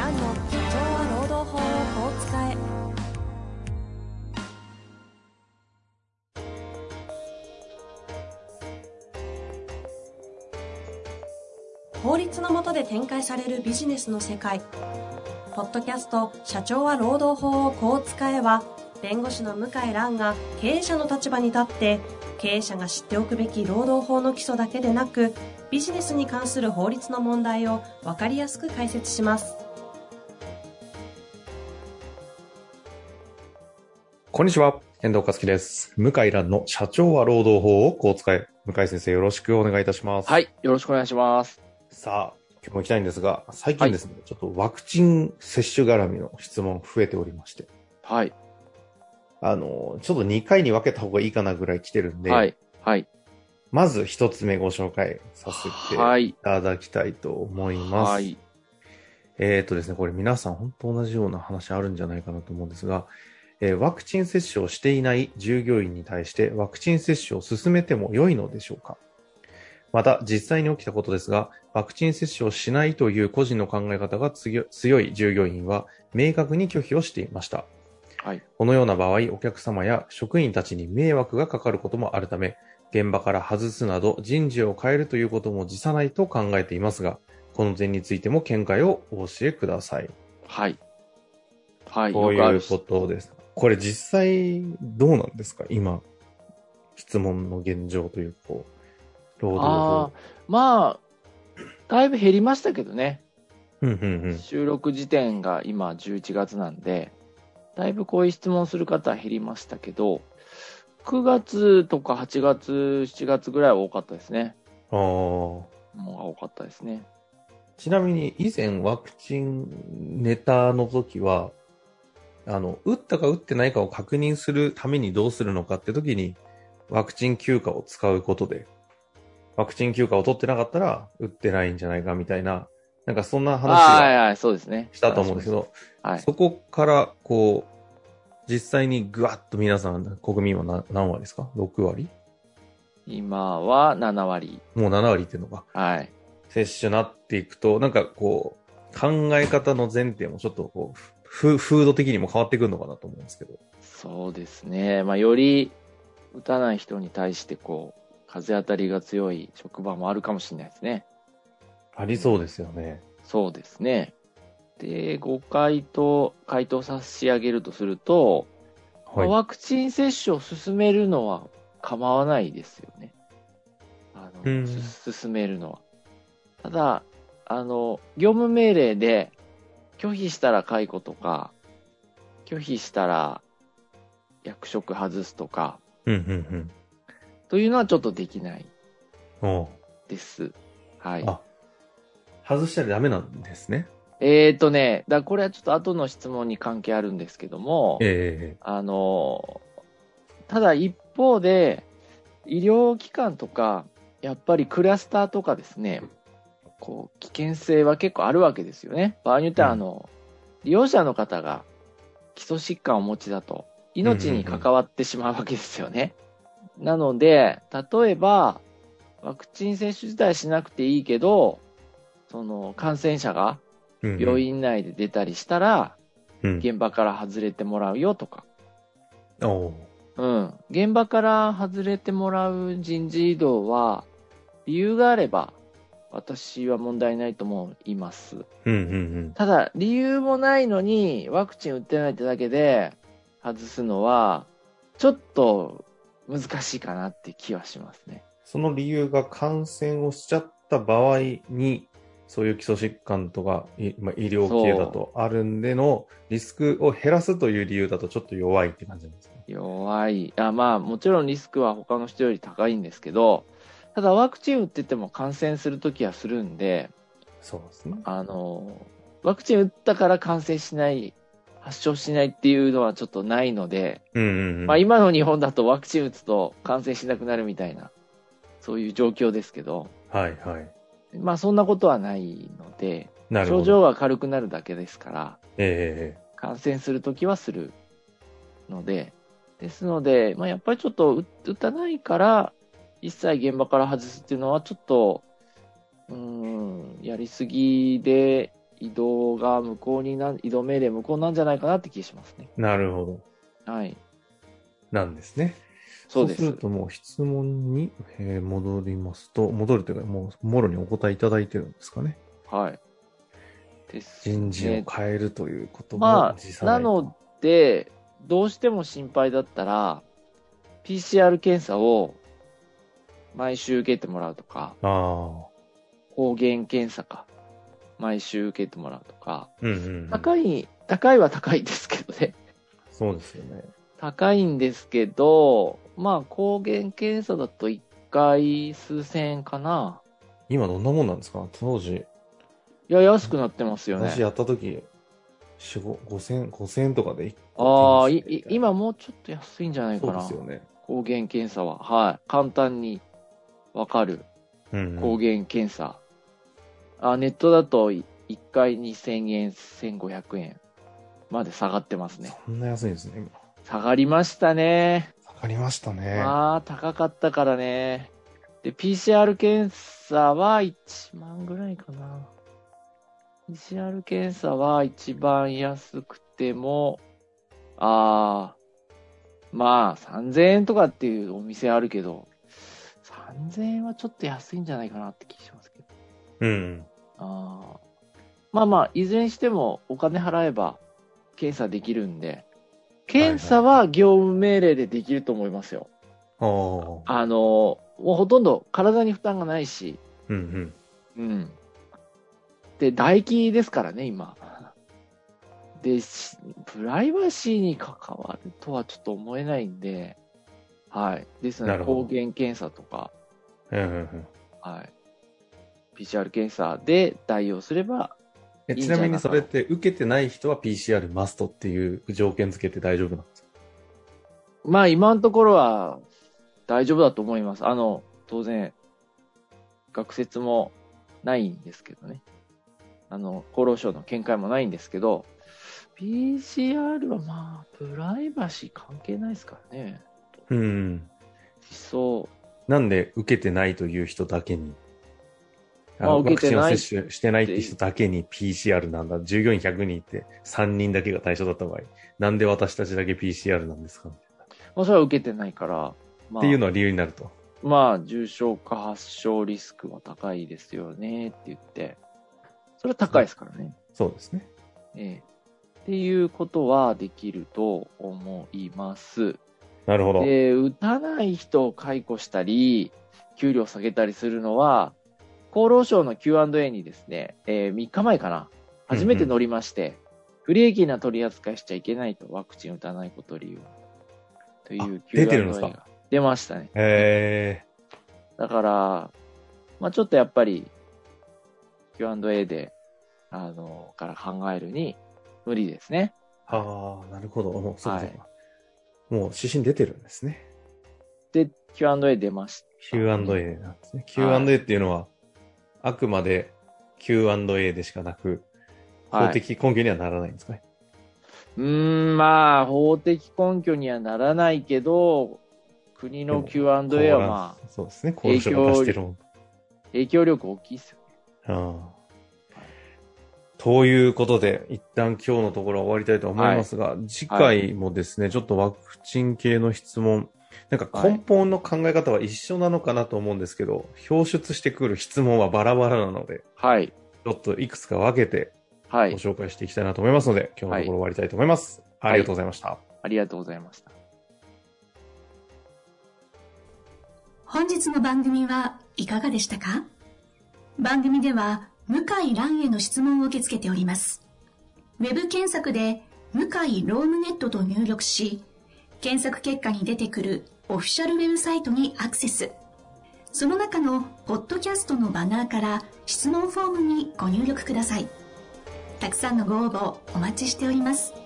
蘭の社長は労働法をこう使え。法律の下で展開されるビジネスの世界。ポッドキャスト社長は労働法をこう使えは、弁護士の向井蘭が経営者の立場に立って経営者が知っておくべき労働法の基礎だけでなく、ビジネスに関する法律の問題を分かりやすく解説します。 こんにちは、遠藤和樹です。向井蘭の社長は労働法をこう使え。向井先生、よろしくお願いいたします。 はい、よろしくお願いします。 さあ、今日も行きたいんですが、最近ですね、ちょっとワクチン接種絡みの質問増えておりまして。 はい。 ちょっと2回に分けた方がいいかなぐらい来てるんで、 はい。はい。 まず一つ目ご紹介させていただきたいと思います。はい。ですね、これ皆さん本当同じような話あるんじゃないかなと思うんですが、ワクチン接種をしていない従業員に対してワクチン接種を進めても良いのでしょうか。また実際に起きたことですが、ワクチン接種をしないという個人の考え方が強い従業員は明確に拒否をしていました。はい、このような場合、お客様や職員たちに迷惑がかかることもあるため、現場から外すなど人事を変えるということも辞さないと考えていますが、この点についても見解をお教えください。 はい。はい。 こういうことです。これ実際どうなんですか？今、質問の現状というか、労働法。 まあ、だいぶ減りましたけどね。 うんうんうん。 収録時点が今11月なんで、だいぶこういう質問する方は減りましたけど、9月とか8月、7月ぐらいは多かったですね。もう多かったですね。 ちなみに以前ワクチンネタの時は、打ったか打ってないかを確認するためにどうするのかって時に、ワクチン休暇を使うことで、ワクチン休暇を取ってなかったら打ってないんじゃないかみたいな、なんかそんな話はしたと思うんですけど、そこからこう、実際にぐわっと皆さん、国民は何割ですか？ 6 割？ 今は7割。 もう7割っていうのが。 はい。 接種なっていくと、なんかこう、考え方の前提もちょっとこう、風土的にも変わってくるのかなと思うんですけど。 そうですね。まあ、より打たない人に対してこう、風当たりが強い職場もあるかもしれないですね。 ありそうですよね。 そうですね。で、回答差し上げるとすると、はい、ワクチン接種を進めるのは構わないですよね。進めるのは。ただ、業務命令で拒否したら解雇とか、拒否したら役職外すとか、というのはちょっとできないです。はい。 外したらダメなんですね。 これはちょっと後の質問に関係あるんですけども、ただ一方で、医療機関とか、やっぱりクラスターとかですね、こう、危険性は結構あるわけですよね。場合によっては、利用者の方が基礎疾患をお持ちだと、命に関わってしまうわけですよね。なので、例えば、ワクチン接種自体しなくていいけど、その感染者が病院内で出たりしたら、現場から外れてもらうよとか。現場から外れてもらう人事異動は、理由があれば、私は問題ないと思います。ただ、理由もないのに、ワクチン打ってないってだけで、外すのは、ちょっと難しいかなって気はしますね。 その理由が感染をしちゃった場合に、そういう基礎疾患とか、医療系だとあるんでのリスクを減らすという理由だとちょっと弱いって感じなんですか？ 弱い。まあもちろんリスクは他の人より高いんですけど、ただワクチン打ってても感染するときはするんで、 そうですね。 ワクチン打ったから感染しない、発症しないっていうのはちょっとないので、今の日本だとワクチン打つと感染しなくなるみたいな、そういう状況ですけど、 はいはい。 まあそんなことはないので、症状が軽くなるだけですから、感染するときはするので、ですので、やっぱりちょっと打たないから、一切現場から外すっていうのはちょっと、やりすぎで移動命令無効なんじゃないかなって気がしますね。 なるほど。はい。 なんですね。 そうです。 そうするともう質問に、戻るというか、もうもろにお答えいただいてるんですかね。 はい。ですね。 人事を変えるということも辞さないと。 なので、どうしても心配だったら、PCR 検査を毎週受けてもらうとか、抗原検査か、毎週受けてもらうとか、高いは高いですけどね。 そうですよね。 高いんですけど、まあ、抗原検査だと1回数千円かな。 今どんなもんなんですか当時。 いや、安くなってますよね。 私やった時、5000円とかで1 個。今もうちょっと安いんじゃないかな。 そうですよね。 抗原検査は。はい。簡単にわかる。抗原検査。ネットだと1回2000円、1500円まで下がってますね。 そんな安いんですね、今。 下がりましたね。 下がりましたね。 高かったからね。で、PCR 検査は1万ぐらいかな。PCR 検査は一番安くても、まあ3000円とかっていうお店あるけど、3000円はちょっと安いんじゃないかなって気がしますけど。まあ、いずれにしてもお金払えば検査できるんで、検査は業務命令でできると思いますよ。もうほとんど体に負担がないし、で、唾液ですからね、今。で、プライバシーに関わるとはちょっと思えないんで、はい。ですので、抗原検査とか、はい。PCR 検査で代用すればいいんじゃないかな。 ちなみにそれって受けてない人は PCR マストっていう条件付けて大丈夫なんですか？ まあ今のところは大丈夫だと思います。当然、学説もないんですけどね。厚労省の見解もないんですけど、PCR はまあ、プライバシー関係ないですからね。 なんで受けてないという人だけに、ワクチンを接種してないって人だけに PCR なんだ。従業員100人いて3人だけが対象だった場合、なんで私たちだけ PCR なんですか？ それは受けてないから、 っていうのは理由になると。 重症化発症リスクは高いですよねって言って、それは高いですからね。 そうですね。 っていうことはできると思います。 なるほど。 で、打たない人を解雇したり、給料下げたりするのは、厚労省の Q&A にですね、3日前かな、初めて載りまして、不利益な取り扱いしちゃいけないと、ワクチン打たないことを理由という Q&A が出てるんですか？ 出ましたね。だから、ちょっとやっぱり Q&A で、から考えるに無理ですね。 なるほど。もうそうか。もう指針出てるんですね。 で、Q&A 出ました、ね。 Q&A なんですね。Q&A っていうのは、あくまで Q&A でしかなく、法的根拠にはならないんですかね。 法的根拠にはならないけど、国の Q&A はそうですね。交渉がしてるもん。 影響力大きいですよね。 ということで、一旦今日のところは終わりたいと思いますが、次回もですね、ちょっとワクチン系の質問、なんか根本の考え方は一緒なのかなと思うんですけど、表出してくる質問はバラバラなので、ちょっといくつか分けてご紹介していきたいなと思いますので、今日のところ終わりたいと思います。ありがとうございました。 ありがとうございました。 本日の番組はいかがでしたか？番組では向井蘭への質問を受け付けております。ウェブ検索で向井ロームネットと入力し、検索結果に出てくるオフィシャルウェブサイトにアクセス。その中のポッドキャストのバナーから質問フォームにご入力ください。たくさんのご応募お待ちしております。